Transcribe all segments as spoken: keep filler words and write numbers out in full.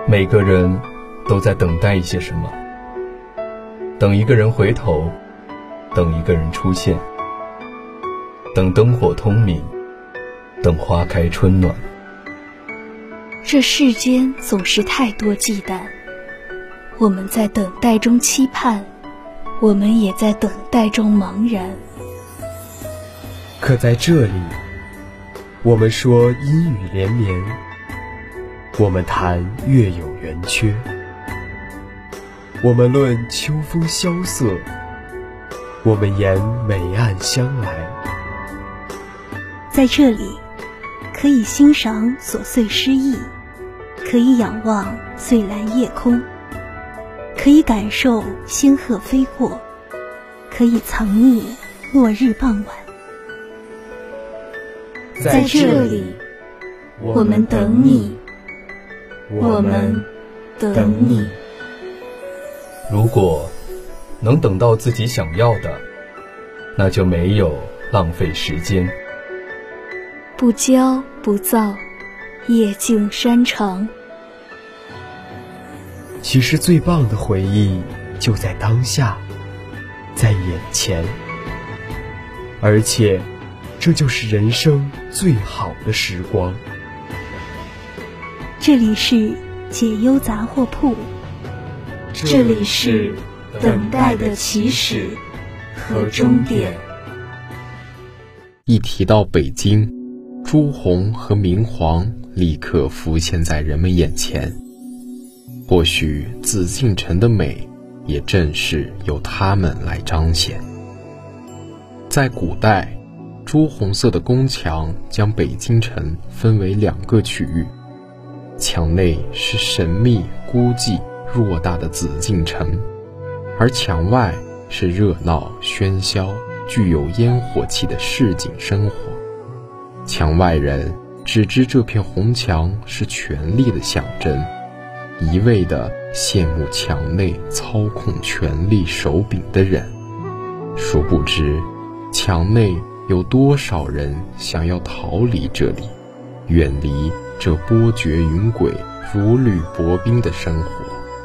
每个人都在等待一些什么，等一个人回头，等一个人出现，等灯火通明，等花开春暖。 这世间总是太多忌惮，我们在等待中期盼，我们也在等待中茫然。 可在这里，我们说阴雨连绵，我们谈月有圆缺，我们论秋风萧瑟，我们言美岸相来。 在这里，可以欣赏琐碎诗意，可以仰望翠蓝夜空，可以感受仙鹤飞过，可以藏匿落日傍晚。在这里，我们等你，我们等你。 如果能等到自己想要的，那就没有浪费时间。 不骄不躁，夜静山长。 其实最棒的回忆就在当下，在眼前，而且这就是人生最好的时光。 这里是解忧杂货铺，这里是等待的起始和终点。 一提到北京，朱红和明皇立刻浮现在人们眼前。或许紫禁城的美也正是由他们来彰显。在古代，朱红色的宫墙将北京城分为两个区域，墙内是神秘孤寂偌大的紫禁城，而墙外是热闹喧嚣具有烟火气的市井生活。墙外人只知这片红墙是权力的象征，一味地羡慕墙内操控权力手柄的人，殊不知墙内有多少人想要逃离这里，远离这波谲云诡如履薄冰的生活。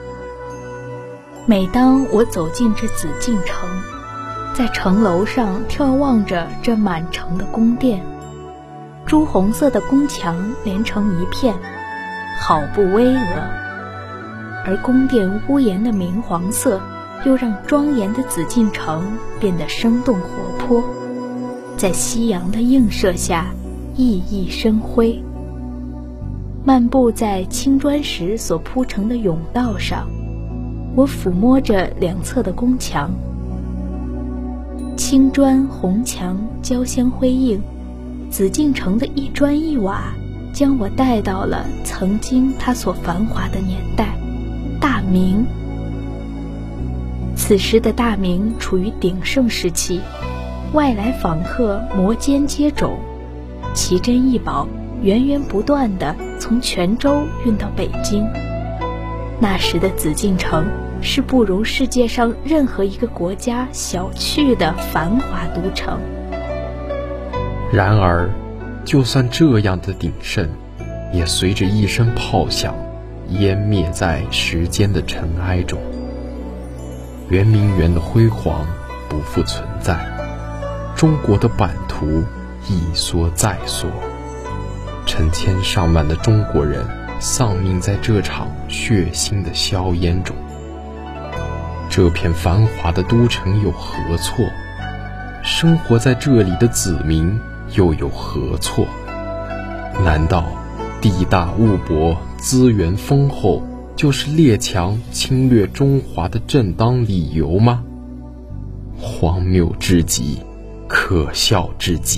每当我走进这紫禁城，在城楼上眺望着这满城的宫殿，朱红色的宫墙连成一片，好不巍峨，而宫殿屋檐的明黄色又让庄严的紫禁城变得生动活泼，在夕阳的映射下熠熠生辉。漫步在青砖石所铺成的甬道上，我抚摸着两侧的宫墙，青砖红墙交相辉映，紫禁城的一砖一瓦将我带到了曾经它所繁华的年代，大明。此时的大明处于鼎盛时期，外来访客摩肩接踵，奇珍异宝源源不断地从泉州运到北京。那时的紫禁城是不容世界上任何一个国家小觑的繁华都城。 然而，就算这样的鼎盛，也随着一声炮响湮灭在时间的尘埃中。圆明园的辉煌不复存在，中国的版图一缩再缩，成千上万的中国人丧命在这场血腥的硝烟中。这片繁华的都城有何错？生活在这里的子民又有何错？难道地大物博、资源丰厚就是列强侵略中华的正当理由吗？荒谬至极，可笑至极。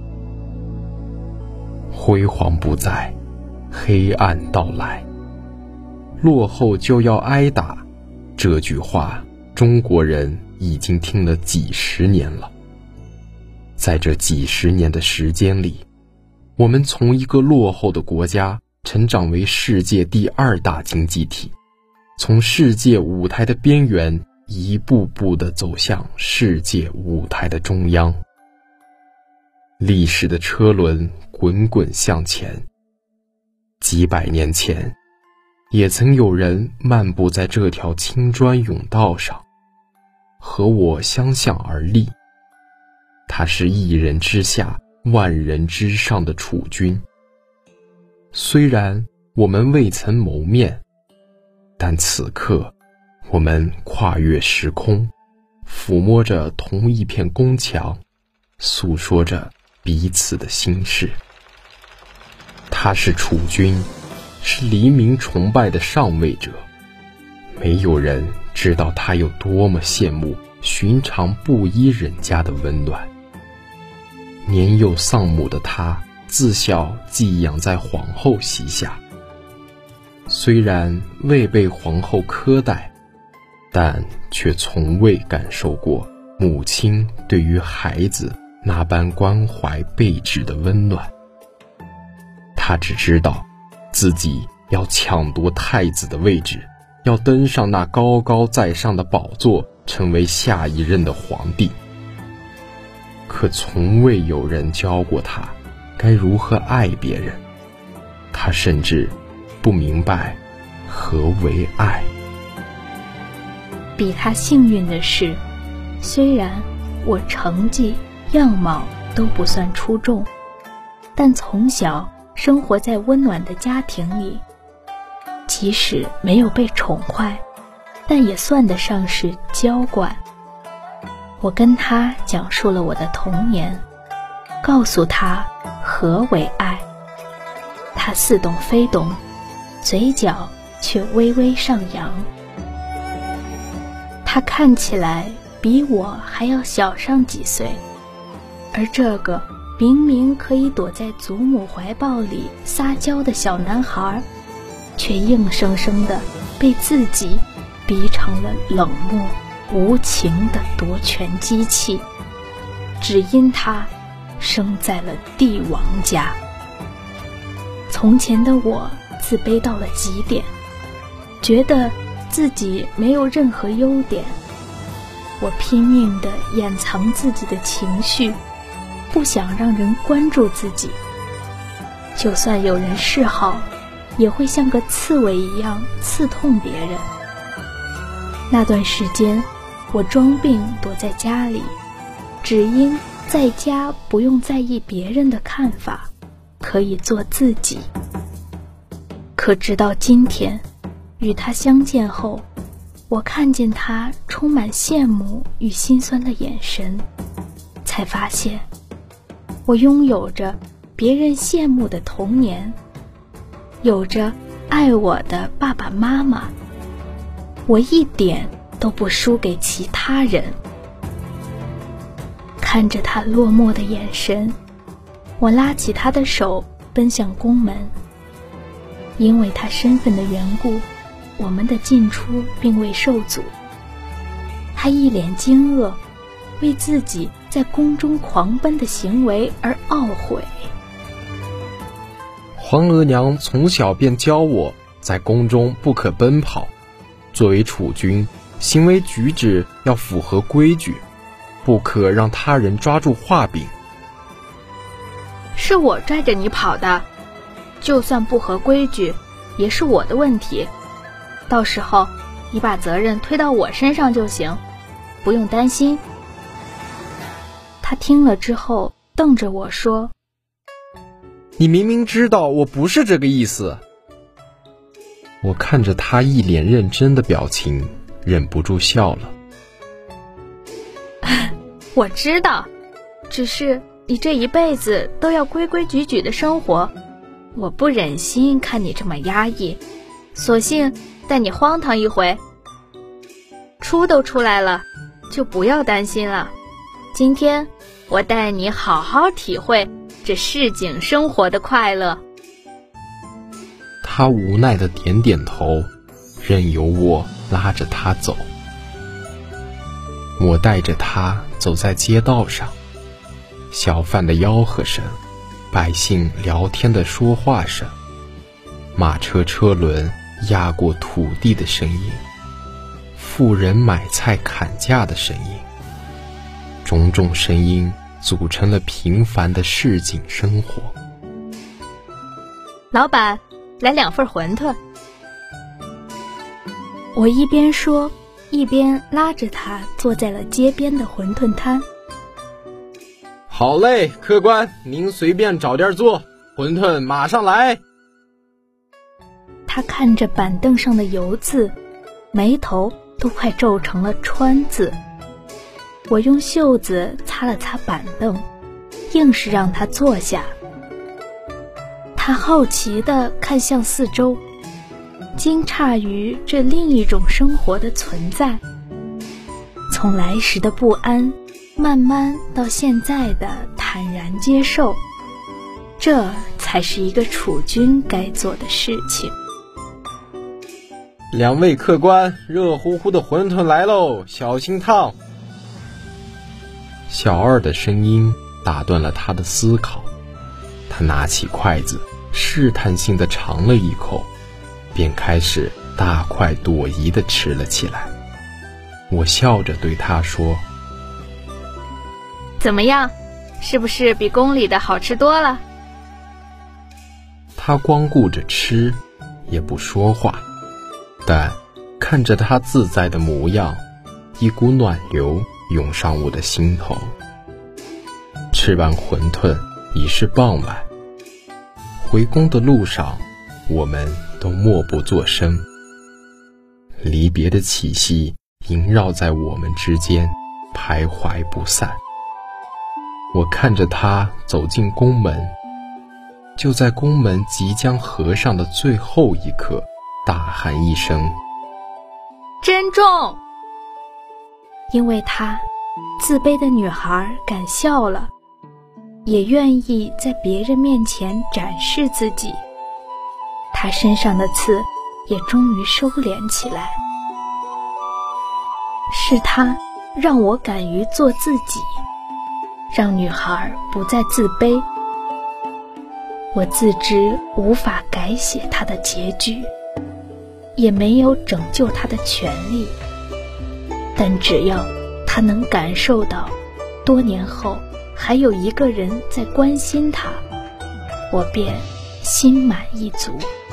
辉煌不再，黑暗到来，落后就要挨打，这句话中国人已经听了几十年了。在这几十年的时间里，我们从一个落后的国家成长为世界第二大经济体，从世界舞台的边缘一步步地走向世界舞台的中央。历史的车轮滚滚向前，几百年前， 也曾有人漫步在这条青砖甬道上，和我相向而立。他是一人之下，万人之上的储君。虽然我们未曾谋面，但此刻我们跨越时空，抚摸着同一片宫墙，诉说着彼此的心事。他是储君，是黎明崇拜的上位者，没有人知道他有多么羡慕寻常布衣人家的温暖。年幼丧母的他，自小寄养在皇后膝下，虽然未被皇后苛待，但却从未感受过母亲对于孩子那般关怀备至的温暖。他只知道自己要抢夺太子的位置，要登上那高高在上的宝座，成为下一任的皇帝。可从未有人教过他该如何爱别人，他甚至不明白何为爱。 比他幸运的是，虽然我成绩、样貌都不算出众，但从小生活在温暖的家庭里，即使没有被宠坏，但也算得上是娇惯。我跟他讲述了我的童年，告诉他何为爱。他似懂非懂，嘴角却微微上扬。他看起来比我还要小上几岁，而这个明明可以躲在祖母怀抱里撒娇的小男孩，却硬生生地被自己逼成了冷漠无情的夺权机器，只因他生在了帝王家。从前的我自卑到了极点，觉得自己没有任何优点，我拼命地掩藏自己的情绪，不想让人关注自己，就算有人示好，也会像个刺猬一样刺痛别人。那段时间我装病躲在家里，只因在家不用在意别人的看法，可以做自己。可直到今天与他相见后，我看见他充满羡慕与心酸的眼神，才发现我拥有着别人羡慕的童年，有着爱我的爸爸妈妈，我一点都不输给其他人。看着他落寞的眼神，我拉起他的手奔向宫门。因为他身份的缘故，我们的进出并未受阻。他一脸惊愕，为自己在宫中狂奔的行为而懊悔。 皇额娘从小便教我在宫中不可奔跑，作为储君，行为举止要符合规矩，不可让他人抓住画柄。 是我拽着你跑的，就算不合规矩，也是我的问题。到时候你把责任推到我身上就行，不用担心。他听了之后瞪着我说： 你明明知道我不是这个意思。我看着他一脸认真的表情，忍不住笑了。 我知道，只是你这一辈子都要规规矩矩的生活，我不忍心看你这么压抑，索性带你荒唐一回。出都出来了，就不要担心了。今天我带你好好体会这市井生活的快乐。 他无奈地点点头，任由我拉着他走。我带着他走在街道上，小贩的吆喝声，百姓聊天的说话声，马车车轮压过土地的声音，妇人买菜砍价的声音，种种声音组成了平凡的市井生活。 老板，来两份馄饨。 我一边说，一边拉着他坐在了街边的馄饨摊。 好嘞，客官，您随便找地坐，馄饨马上来。 他看着板凳上的油渍，眉头都快皱成了川字。我用袖子擦了擦板凳，硬是让他坐下。他好奇地看向四周，惊诧于这另一种生活的存在。从来时的不安，慢慢到现在的坦然接受，这才是一个储君该做的事情。 两位客官，热乎乎的馄饨来喽，小心烫。小二的声音打断了他的思考，他拿起筷子，试探性地尝了一口，便开始大快朵颐地吃了起来。我笑着对他说： 怎么样，是不是比宫里的好吃多了？ 他光顾着吃，也不说话，但看着他自在的模样，一股暖流涌上我的心头。吃完馄饨已是傍晚，回宫的路上，我们都默不作声。离别的气息萦绕在我们之间，徘徊不散。我看着他走进宫门，就在宫门即将合上的最后一刻，大喊一声： 珍重！因为她，自卑的女孩敢笑了，也愿意在别人面前展示自己。她身上的刺也终于收敛起来。是她让我敢于做自己，让女孩不再自卑。我自知无法改写她的结局，也没有拯救她的权利，但只要她能感受到多年后还有一个人在关心她，我便心满意足。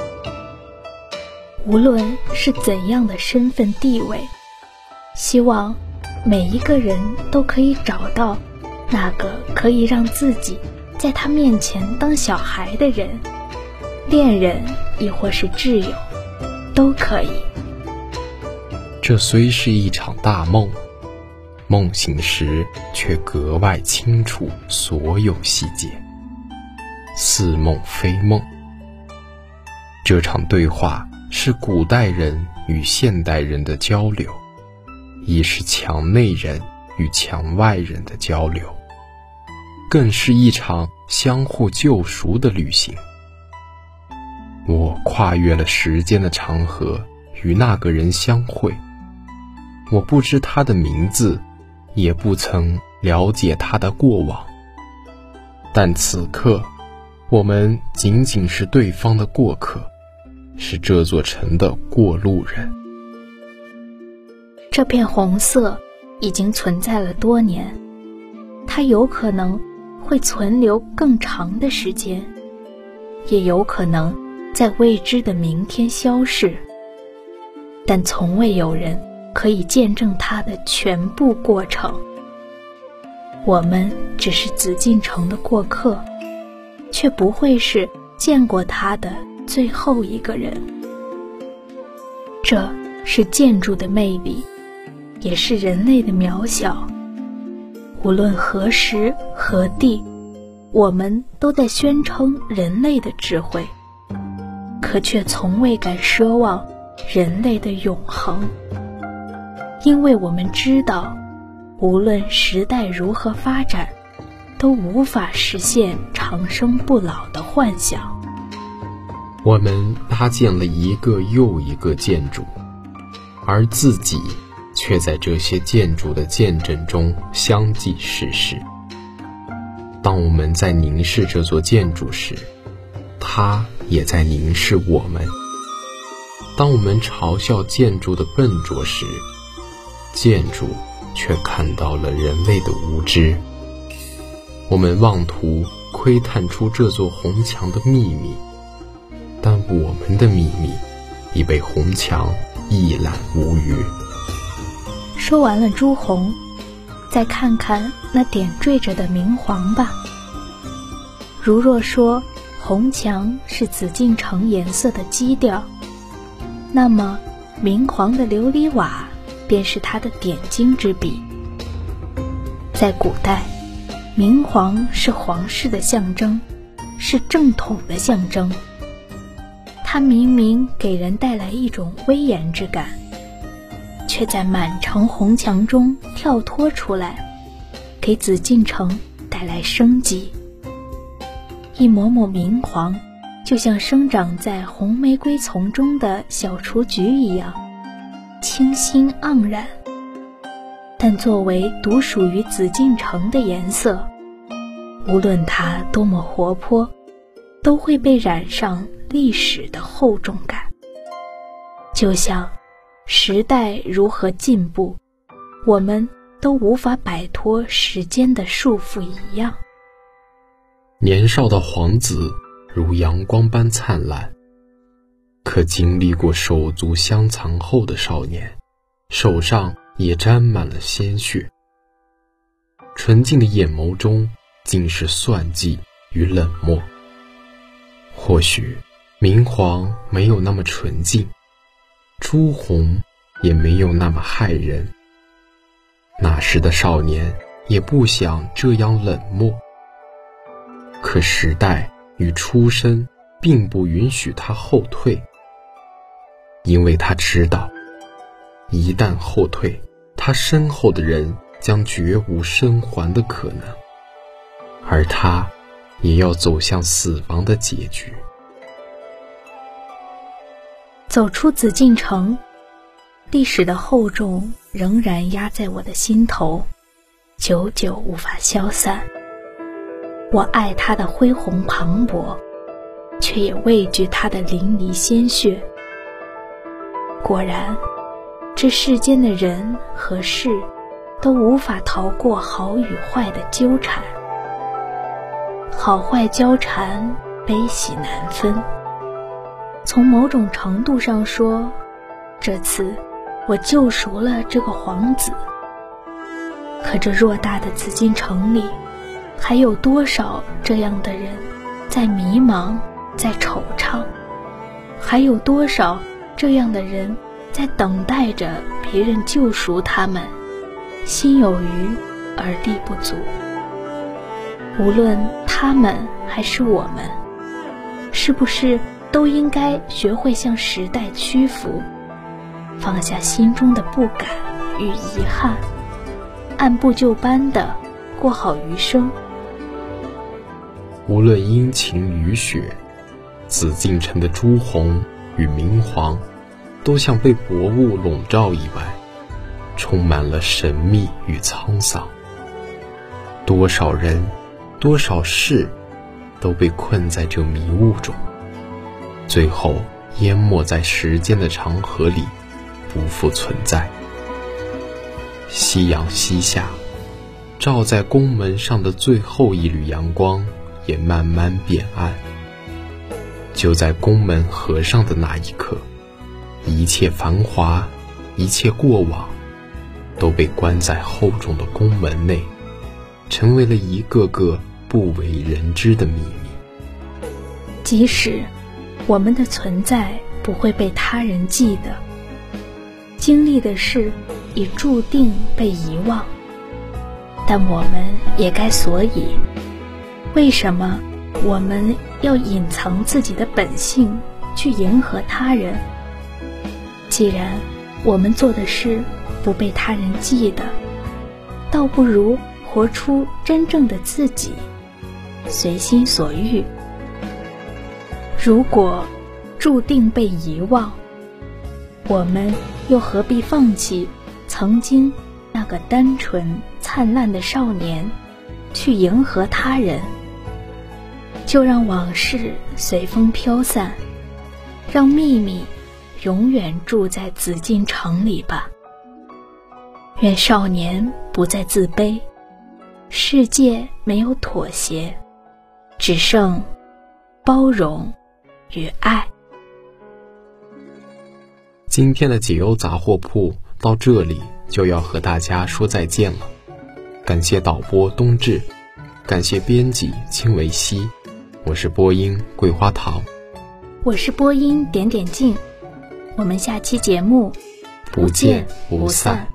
无论是怎样的身份地位，希望每一个人都可以找到那个可以让自己在他面前当小孩的人，恋人亦或是挚友，都可以。 这虽是一场大梦，梦醒时却格外清楚所有细节，似梦非梦。这场对话是古代人与现代人的交流，也是墙内人与墙外人的交流，更是一场相互救赎的旅行。我跨越了时间的长河，与那个人相会。我不知他的名字，也不曾了解他的过往，但此刻我们仅仅是对方的过客，是这座城的过路人。 这片红色已经存在了多年，它有可能会存留更长的时间，也有可能在未知的明天消逝，但从未有人可以见证它的全部过程。我们只是紫禁城的过客，却不会是见过它的最后一个人。这是建筑的魅力，也是人类的渺小。无论何时何地，我们都在宣称人类的智慧，可却从未敢奢望人类的永恒。因为我们知道，无论时代如何发展，都无法实现长生不老的幻想。 我们搭建了一个又一个建筑，而自己却在这些建筑的见证中相继逝世。当我们在凝视这座建筑时，它也在凝视我们。当我们嘲笑建筑的笨拙时，建筑却看到了人类的无知。我们妄图窥探出这座红墙的秘密，但我们的秘密已被红墙一览无余。 说完了朱红，再看看那点缀着的明黄吧。如若说红墙是紫禁城颜色的基调，那么明黄的琉璃瓦便是它的点睛之笔。在古代，明黄是皇室的象征，是正统的象征。它明明给人带来一种威严之感，却在满城红墙中跳脱出来，给紫禁城带来生机。一抹抹明黄，就像生长在红玫瑰丛中的小雏菊一样，清新盎然。但作为独属于紫禁城的颜色，无论它多么活泼，都会被染上历史的厚重感。就像时代如何进步，我们都无法摆脱时间的束缚一样。 年少的皇子如阳光般灿烂，可经历过手足相残后的少年，手上也沾满了鲜血，纯净的眼眸中尽是算计与冷漠。或许明黄没有那么纯净，朱红也没有那么骇人。那时的少年也不想这样冷漠，可时代与出身并不允许他后退，因为他知道，一旦后退，他身后的人将绝无生还的可能，而他也要走向死亡的结局。 走出紫禁城，历史的厚重仍然压在我的心头，久久无法消散。我爱它的恢宏磅礴，却也畏惧它的淋漓鲜血。果然，这世间的人和事都无法逃过好与坏的纠缠，好坏交缠，悲喜难分。从某种程度上说，这次我救赎了这个皇子。可这偌大的紫禁城里，还有多少这样的人在迷茫，在惆怅？还有多少这样的人在等待着别人救赎他们，心有余而力不足？无论他们还是我们，是不是都应该学会向时代屈服，放下心中的不敢与遗憾，按部就班地过好余生？ 无论阴晴雨雪，紫禁城的朱红与明黄都像被薄雾笼罩以外，充满了神秘与沧桑。多少人，多少事都被困在这迷雾中，最后淹没在时间的长河里，不复存在。夕阳西下，照在宫门上的最后一缕阳光也慢慢变暗。就在宫门合上的那一刻，一切繁华，一切过往，都被关在厚重的宫门内，成为了一个个不为人知的秘密。 即使我们的存在不会被他人记得，经历的事已注定被遗忘，但我们也该所以。为什么我们要隐藏自己的本性，去迎合他人？既然我们做的事不被他人记得，倒不如活出真正的自己，随心所欲。如果注定被遗忘，我们又何必放弃曾经那个单纯灿烂的少年，去迎合他人？就让往事随风飘散，让秘密永远住在紫禁城里吧。愿少年不再自卑，世界没有妥协，只剩包容与爱。 今天的解忧杂货铺到这里就要和大家说再见了。感谢导播冬至，感谢编辑清维熙，我是播音桂花糖， 我是播音点点静，我们下期节目不见不散。